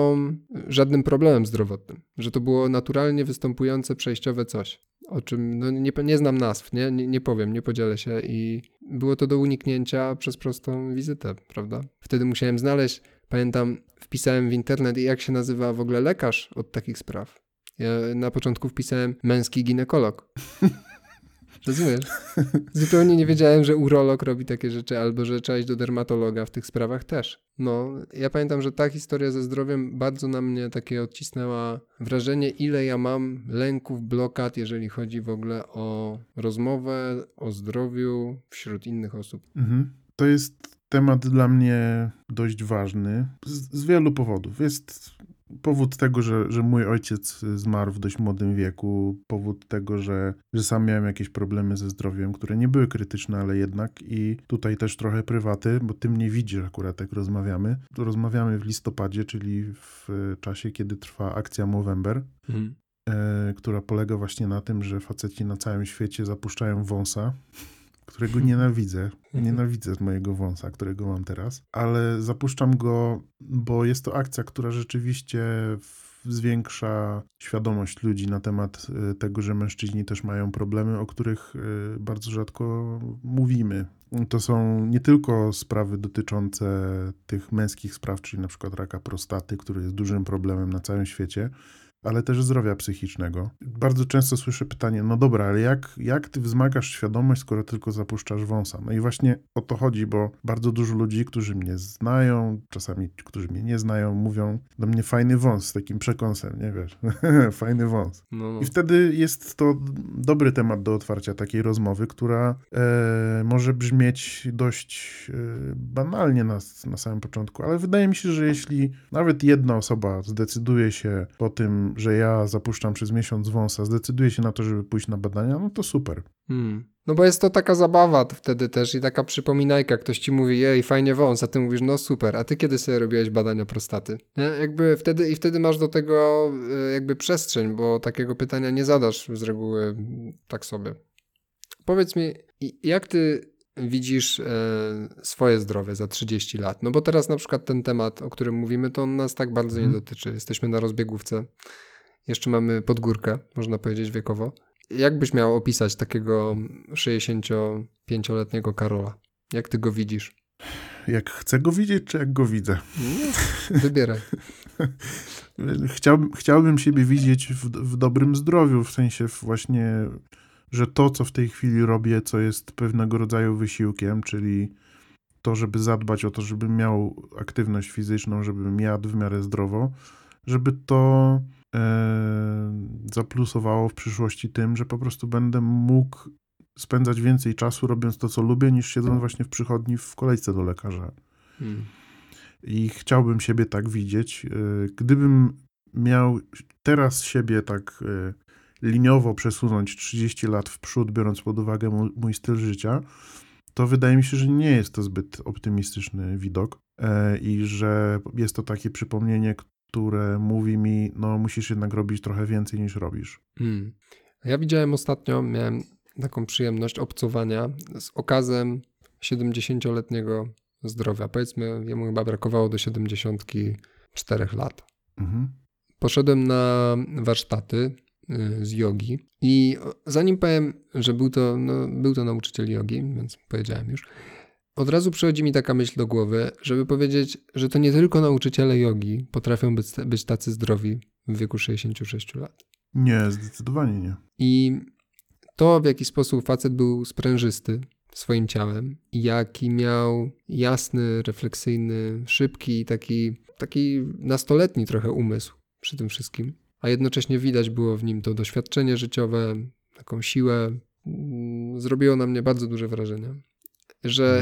S2: żadnym problemem zdrowotnym. Że to było naturalnie występujące przejściowe coś, o czym no, nie znam nazw, nie powiem, nie podzielę się i było to do uniknięcia przez prostą wizytę, prawda? Wtedy musiałem znaleźć, pamiętam, wpisałem w internet, jak się nazywa w ogóle lekarz od takich spraw. Ja na początku wpisałem męski ginekolog. Rozumiesz? Zupełnie nie wiedziałem, że urolog robi takie rzeczy, albo że trzeba iść do dermatologa w tych sprawach też. No, ja pamiętam, że ta historia ze zdrowiem bardzo na mnie takie odcisnęła wrażenie, ile ja mam lęków, blokad, jeżeli chodzi w ogóle o rozmowę, o zdrowiu wśród innych osób.
S1: To jest temat dla mnie dość ważny z wielu powodów. Jest powód tego, że mój ojciec zmarł w dość młodym wieku, powód tego, że sam miałem jakieś problemy ze zdrowiem, które nie były krytyczne, ale jednak i tutaj też trochę prywaty, bo ty mnie widzisz akurat, jak rozmawiamy. Rozmawiamy w listopadzie, czyli w czasie, kiedy trwa akcja Movember, która polega właśnie na tym, że faceci na całym świecie zapuszczają wąsa, którego nienawidzę. Nienawidzę mojego wąsa, którego mam teraz, ale zapuszczam go, bo jest to akcja, która rzeczywiście zwiększa świadomość ludzi na temat tego, że mężczyźni też mają problemy, o których bardzo rzadko mówimy. To są nie tylko sprawy dotyczące tych męskich spraw, czyli na przykład raka prostaty, który jest dużym problemem na całym świecie, ale też zdrowia psychicznego. Bardzo często słyszę pytanie, no dobra, ale jak ty wzmagasz świadomość, skoro tylko zapuszczasz wąsa? No i właśnie o to chodzi, bo bardzo dużo ludzi, którzy mnie znają, czasami którzy mnie nie znają, mówią do mnie fajny wąs z takim przekąsem, nie wiesz, fajny wąs. No. I wtedy jest to dobry temat do otwarcia takiej rozmowy, która może brzmieć dość banalnie na samym początku, ale wydaje mi się, że jeśli nawet jedna osoba zdecyduje się po tym, że ja zapuszczam przez miesiąc wąsa, zdecyduje się na to, żeby pójść na badania, no to super.
S2: No bo jest to taka zabawa wtedy też i taka przypominajka, ktoś ci mówi, jej, fajnie wąs, a ty mówisz, no super, a ty kiedy sobie robiłeś badania prostaty? Nie? Jakby wtedy masz do tego jakby przestrzeń, bo takiego pytania nie zadasz z reguły tak sobie. Powiedz mi, jak ty widzisz swoje zdrowie za 30 lat? No bo teraz na przykład ten temat, o którym mówimy, to on nas tak bardzo nie dotyczy. Jesteśmy na rozbiegówce. Jeszcze mamy podgórkę, można powiedzieć wiekowo. Jak byś miał opisać takiego 65-letniego Karola? Jak ty go widzisz?
S1: Jak chcę go widzieć, czy jak go widzę?
S2: Wybieraj.
S1: Chciałbym siebie widzieć w dobrym zdrowiu, w sensie właśnie, że to, co w tej chwili robię, co jest pewnego rodzaju wysiłkiem, czyli to, żeby zadbać o to, żebym miał aktywność fizyczną, żebym jadł w miarę zdrowo, żeby to zaplusowało w przyszłości tym, że po prostu będę mógł spędzać więcej czasu robiąc to, co lubię, niż siedząc właśnie w przychodni w kolejce do lekarza. i chciałbym siebie tak widzieć. Gdybym miał teraz siebie tak liniowo przesunąć 30 lat w przód, biorąc pod uwagę mój styl życia, to wydaje mi się, że nie jest to zbyt optymistyczny widok i że jest to takie przypomnienie, które mówi mi, no musisz jednak robić trochę więcej niż robisz.
S2: Ja widziałem ostatnio, miałem taką przyjemność obcowania z okazem 70-letniego zdrowia. Powiedzmy, jemu chyba brakowało do 74 lat. Poszedłem na warsztaty z jogi i zanim powiem, że był to nauczyciel jogi, więc powiedziałem już, od razu przychodzi mi taka myśl do głowy, żeby powiedzieć, że to nie tylko nauczyciele jogi potrafią być tacy zdrowi w wieku 66 lat.
S1: Nie, zdecydowanie nie.
S2: I to, w jaki sposób facet był sprężysty swoim ciałem i jaki miał jasny, refleksyjny, szybki, taki nastoletni trochę umysł przy tym wszystkim, a jednocześnie widać było w nim to doświadczenie życiowe, taką siłę, zrobiło na mnie bardzo duże wrażenie, że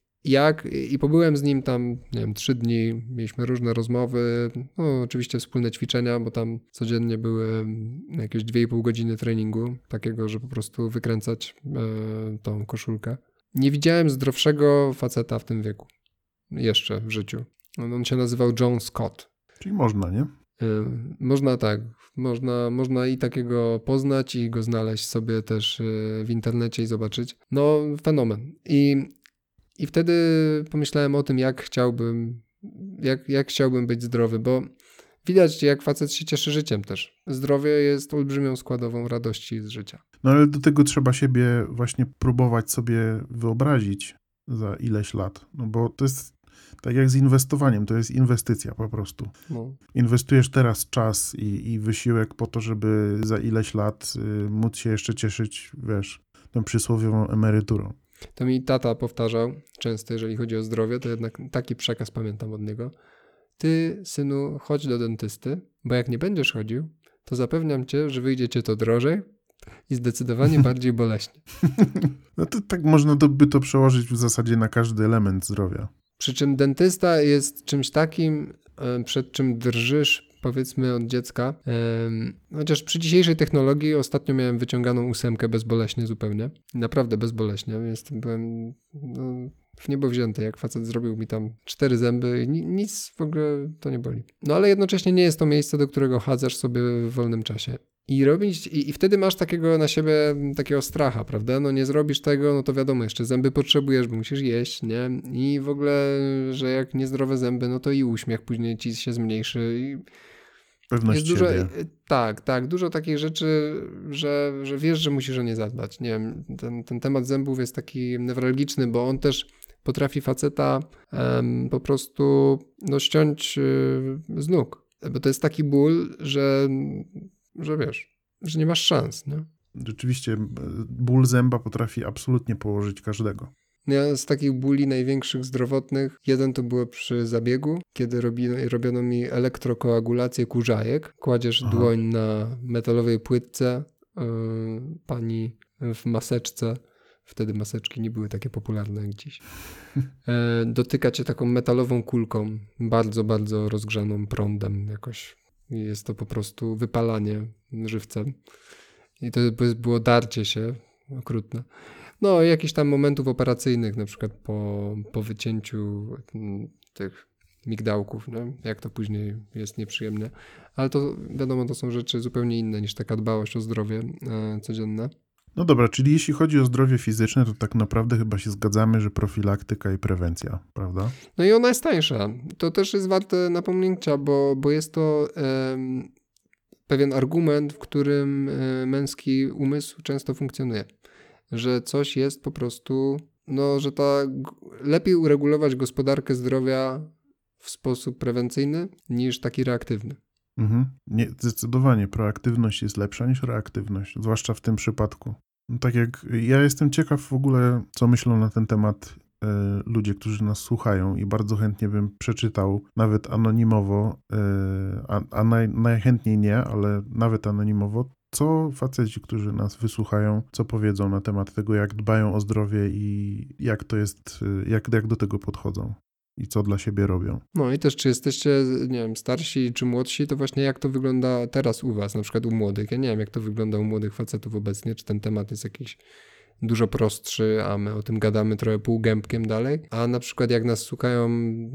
S2: i pobyłem z nim tam, nie wiem, 3 dni, mieliśmy różne rozmowy, no oczywiście wspólne ćwiczenia, bo tam codziennie były jakieś 2,5 godziny treningu, takiego, że po prostu wykręcać tą koszulkę. Nie widziałem zdrowszego faceta w tym wieku, jeszcze w życiu. On się nazywał John Scott.
S1: Czyli można, nie?
S2: Można tak, można i takiego poznać i go znaleźć sobie też w internecie i zobaczyć. No fenomen. I wtedy pomyślałem o tym, jak chciałbym być zdrowy, bo widać, jak facet się cieszy życiem też. Zdrowie jest olbrzymią składową radości z życia.
S1: No ale do tego trzeba siebie właśnie próbować sobie wyobrazić za ileś lat. No bo to jest tak jak z inwestowaniem, to jest inwestycja po prostu. No. Inwestujesz teraz czas i wysiłek po to, żeby za ileś lat móc się jeszcze cieszyć, tą przysłowiową emeryturą.
S2: To mi tata powtarzał często, jeżeli chodzi o zdrowie, to jednak taki przekaz pamiętam od niego. Ty, synu, chodź do dentysty, bo jak nie będziesz chodził, to zapewniam cię, że wyjdzie cię to drożej i zdecydowanie bardziej boleśnie.
S1: No to tak można by to przełożyć w zasadzie na każdy element zdrowia.
S2: Przy czym dentysta jest czymś takim, przed czym drżysz, powiedzmy, od dziecka. Chociaż przy dzisiejszej technologii ostatnio miałem wyciąganą 8 bezboleśnie zupełnie. Naprawdę bezboleśnie. Byłem w niebo wzięty, jak facet zrobił mi tam 4 zęby i nic w ogóle to nie boli. No ale jednocześnie nie jest to miejsce, do którego chadzasz sobie w wolnym czasie. I wtedy masz na siebie takiego stracha, prawda? No nie zrobisz tego, no to wiadomo, jeszcze zęby potrzebujesz, bo musisz jeść, nie? I w ogóle, że jak niezdrowe zęby, no to i uśmiech później ci się zmniejszy. I
S1: pewność
S2: jest
S1: siebie.
S2: Tak, dużo takich rzeczy, że wiesz, że musisz o nie zadbać. Nie wiem, ten temat zębów jest taki newralgiczny, bo on też potrafi faceta po prostu ściąć z nóg. Bo to jest taki ból, że wiesz, że nie masz szans, nie?
S1: Rzeczywiście ból zęba potrafi absolutnie położyć każdego.
S2: Ja z takich bóli największych zdrowotnych, jeden to było przy zabiegu, kiedy robiono mi elektrokoagulację kurzajek. Kładziesz dłoń na metalowej płytce, pani w maseczce, wtedy maseczki nie były takie popularne jak dziś, dotyka cię taką metalową kulką, bardzo, bardzo rozgrzaną prądem jakoś. Jest to po prostu wypalanie żywcem. I to było darcie się okrutne. No, jakichś tam momentów operacyjnych, na przykład po wycięciu tych migdałków, nie? Jak to później jest nieprzyjemne. Ale to wiadomo, to są rzeczy zupełnie inne niż taka dbałość o zdrowie codzienne.
S1: No dobra, czyli jeśli chodzi o zdrowie fizyczne, to tak naprawdę chyba się zgadzamy, że profilaktyka i prewencja, prawda?
S2: No i ona jest tańsza. To też jest warte napomnienia, bo jest to pewien argument, w którym męski umysł często funkcjonuje. Że coś jest po prostu, że lepiej uregulować gospodarkę zdrowia w sposób prewencyjny niż taki reaktywny.
S1: Nie, zdecydowanie proaktywność jest lepsza niż reaktywność, zwłaszcza w tym przypadku. No, tak jak ja jestem ciekaw w ogóle, co myślą na ten temat ludzie, którzy nas słuchają i bardzo chętnie bym przeczytał, nawet anonimowo, a najchętniej nie, ale nawet anonimowo, co faceci, którzy nas wysłuchają, co powiedzą na temat tego, jak dbają o zdrowie i jak to jest, jak do tego podchodzą. i co dla siebie robią.
S2: No i też czy jesteście, nie wiem, starsi czy młodsi, to właśnie jak to wygląda teraz u was, na przykład u młodych. Ja nie wiem, jak to wygląda u młodych facetów obecnie, czy ten temat jest jakiś dużo prostszy, a my o tym gadamy trochę półgębkiem dalej, a na przykład jak nas słuchają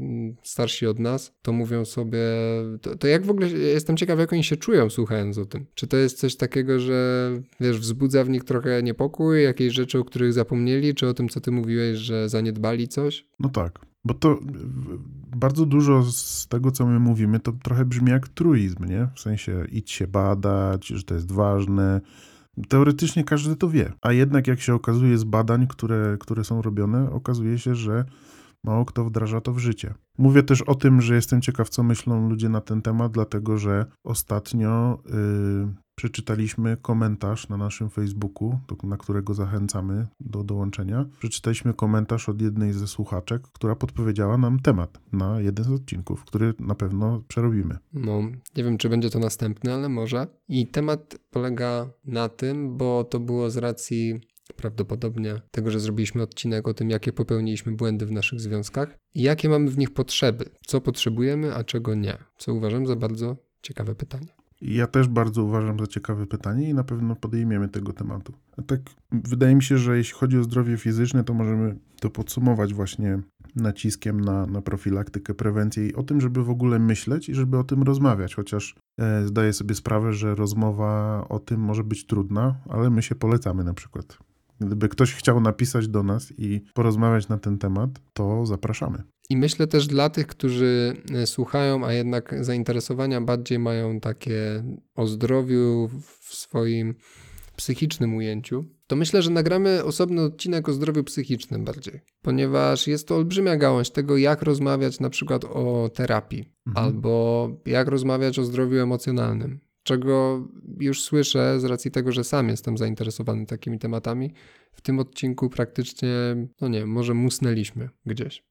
S2: starsi od nas, to mówią sobie, to jak w ogóle, jestem ciekaw, jak oni się czują słuchając o tym. Czy to jest coś takiego, że wiesz, wzbudza w nich trochę niepokój, jakieś rzeczy, o których zapomnieli, czy o tym, co ty mówiłeś, że zaniedbali coś?
S1: No tak, bo to bardzo dużo z tego, co my mówimy, to trochę brzmi jak truizm, nie? W sensie idź się badać, że to jest ważne. Teoretycznie każdy to wie, a jednak jak się okazuje z badań, które są robione, okazuje się, że mało kto wdraża to w życie. Mówię też o tym, że jestem ciekaw, co myślą ludzie na ten temat, dlatego że ostatnio przeczytaliśmy komentarz na naszym Facebooku, na którego zachęcamy do dołączenia. Przeczytaliśmy komentarz od jednej ze słuchaczek, która podpowiedziała nam temat na jeden z odcinków, który na pewno przerobimy.
S2: No, nie wiem, czy będzie to następny, ale może. I temat polega na tym, bo to było z racji prawdopodobnie tego, że zrobiliśmy odcinek o tym, jakie popełniliśmy błędy w naszych związkach i jakie mamy w nich potrzeby, co potrzebujemy, a czego nie. Co uważam za bardzo ciekawe pytanie.
S1: Ja też bardzo uważam za ciekawe pytanie i na pewno podejmiemy tego tematu. A tak wydaje mi się, że jeśli chodzi o zdrowie fizyczne, to możemy to podsumować właśnie naciskiem na profilaktykę, prewencję i o tym, żeby w ogóle myśleć i żeby o tym rozmawiać, chociaż zdaję sobie sprawę, że rozmowa o tym może być trudna, ale my się polecamy na przykład. Gdyby ktoś chciał napisać do nas i porozmawiać na ten temat, to zapraszamy.
S2: I myślę też dla tych, którzy słuchają, a jednak zainteresowania bardziej mają takie o zdrowiu w swoim psychicznym ujęciu, to myślę, że nagramy osobny odcinek o zdrowiu psychicznym bardziej, ponieważ jest to olbrzymia gałąź tego, jak rozmawiać na przykład o terapii albo jak rozmawiać o zdrowiu emocjonalnym, czego już słyszę z racji tego, że sam jestem zainteresowany takimi tematami. W tym odcinku praktycznie, no nie wiem, może musnęliśmy gdzieś.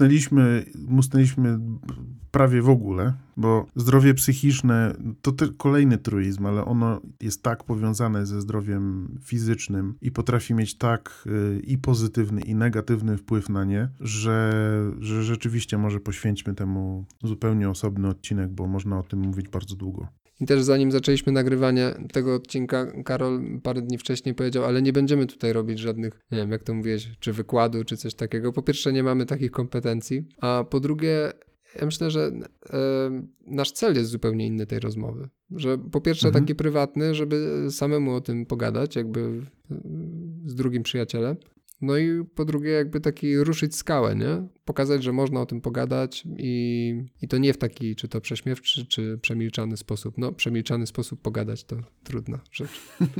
S1: Musnęliśmy prawie w ogóle, bo zdrowie psychiczne to kolejny truizm, ale ono jest tak powiązane ze zdrowiem fizycznym i potrafi mieć tak i pozytywny, i negatywny wpływ na nie, że rzeczywiście może poświęćmy temu zupełnie osobny odcinek, bo można o tym mówić bardzo długo.
S2: I też zanim zaczęliśmy nagrywanie tego odcinka, Karol parę dni wcześniej powiedział, ale nie będziemy tutaj robić żadnych, nie wiem, jak to mówiłeś, czy wykładu, czy coś takiego. Po pierwsze, nie mamy takich kompetencji, a po drugie, ja myślę, że nasz cel jest zupełnie inny tej rozmowy. Że po pierwsze taki prywatny, żeby samemu o tym pogadać, jakby z drugim przyjacielem. No i po drugie jakby taki ruszyć skałę, nie? Pokazać, że można o tym pogadać i to nie w taki czy to prześmiewczy, czy przemilczany sposób. No przemilczany sposób pogadać to trudna rzecz.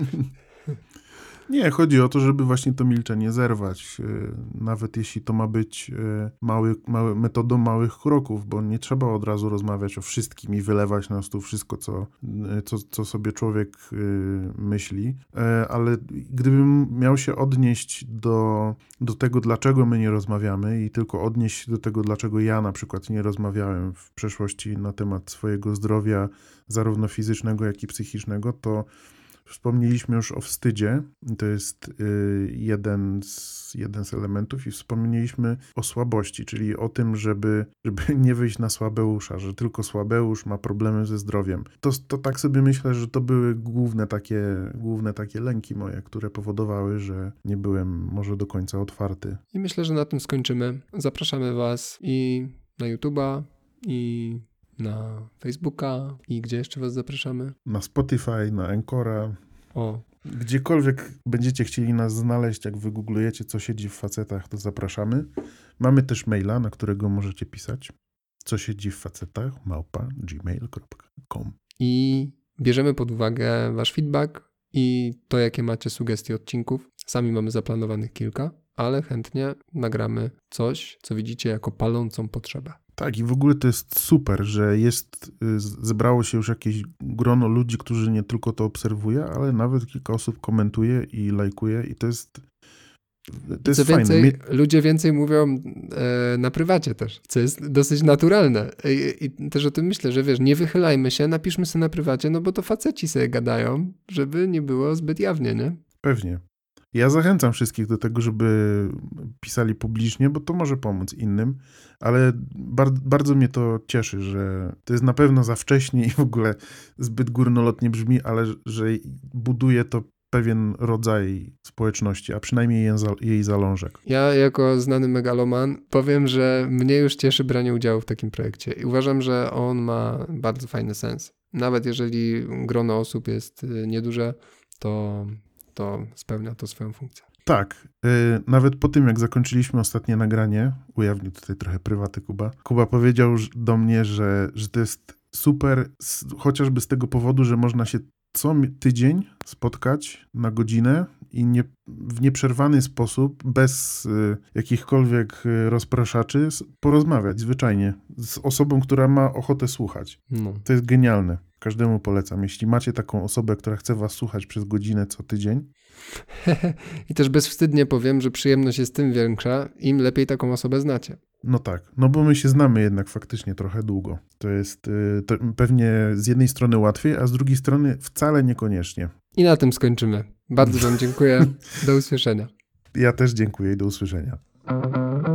S1: Nie, chodzi o to, żeby właśnie to milczenie zerwać, nawet jeśli to ma być metodą małych kroków, bo nie trzeba od razu rozmawiać o wszystkim i wylewać na stół wszystko, co sobie człowiek myśli, ale gdybym miał się odnieść do tego, dlaczego my nie rozmawiamy i tylko odnieść się do tego, dlaczego ja na przykład nie rozmawiałem w przeszłości na temat swojego zdrowia, zarówno fizycznego, jak i psychicznego, to wspomnieliśmy już o wstydzie, to jest jeden z elementów i wspomnieliśmy o słabości, czyli o tym, żeby nie wyjść na słabeusza, że tylko słabeusz ma problemy ze zdrowiem. To tak sobie myślę, że to były główne takie lęki moje, które powodowały, że nie byłem może do końca otwarty.
S2: I myślę, że na tym skończymy. Zapraszamy Was i na YouTube'a, i na Facebooka i gdzie jeszcze was zapraszamy?
S1: Na Spotify, na Ancora. Gdziekolwiek będziecie chcieli nas znaleźć, jak wygooglujecie, co siedzi w facetach, to zapraszamy. Mamy też maila, na którego możecie pisać co siedzi w facetach @gmail.com.
S2: I bierzemy pod uwagę wasz feedback i to, jakie macie sugestie odcinków. Sami mamy zaplanowanych kilka, ale chętnie nagramy coś, co widzicie jako palącą potrzebę.
S1: Tak, i w ogóle to jest super, że zebrało się już jakieś grono ludzi, którzy nie tylko to obserwuje, ale nawet kilka osób komentuje i lajkuje i to jest fajne.
S2: Ludzie więcej mówią na prywacie też, co jest dosyć naturalne. I też o tym myślę, że wiesz, nie wychylajmy się, napiszmy sobie na prywacie, no bo to faceci sobie gadają, żeby nie było zbyt jawnie, nie?
S1: Pewnie. Ja zachęcam wszystkich do tego, żeby pisali publicznie, bo to może pomóc innym, ale bardzo mnie to cieszy, że to jest na pewno za wcześnie i w ogóle zbyt górnolotnie brzmi, ale że buduje to pewien rodzaj społeczności, a przynajmniej jej zalążek.
S2: Ja jako znany megaloman powiem, że mnie już cieszy branie udziału w takim projekcie i uważam, że on ma bardzo fajny sens. Nawet jeżeli grono osób jest nieduże, to spełnia to swoją funkcję.
S1: Tak, nawet po tym jak zakończyliśmy ostatnie nagranie, ujawnił tutaj trochę prywaty Kuba. Kuba powiedział do mnie, że to jest super, chociażby z tego powodu, że można się co tydzień spotkać na godzinę i w nieprzerwany sposób, bez jakichkolwiek rozpraszaczy, porozmawiać zwyczajnie z osobą, która ma ochotę słuchać. No. To jest genialne. Każdemu polecam. Jeśli macie taką osobę, która chce was słuchać przez godzinę co tydzień.
S2: I też bezwstydnie powiem, że przyjemność jest tym większa, im lepiej taką osobę znacie.
S1: No tak, no bo my się znamy jednak faktycznie trochę długo. To jest pewnie z jednej strony łatwiej, a z drugiej strony wcale niekoniecznie.
S2: I na tym skończymy. Bardzo wam dziękuję. Do usłyszenia.
S1: Ja też dziękuję i do usłyszenia.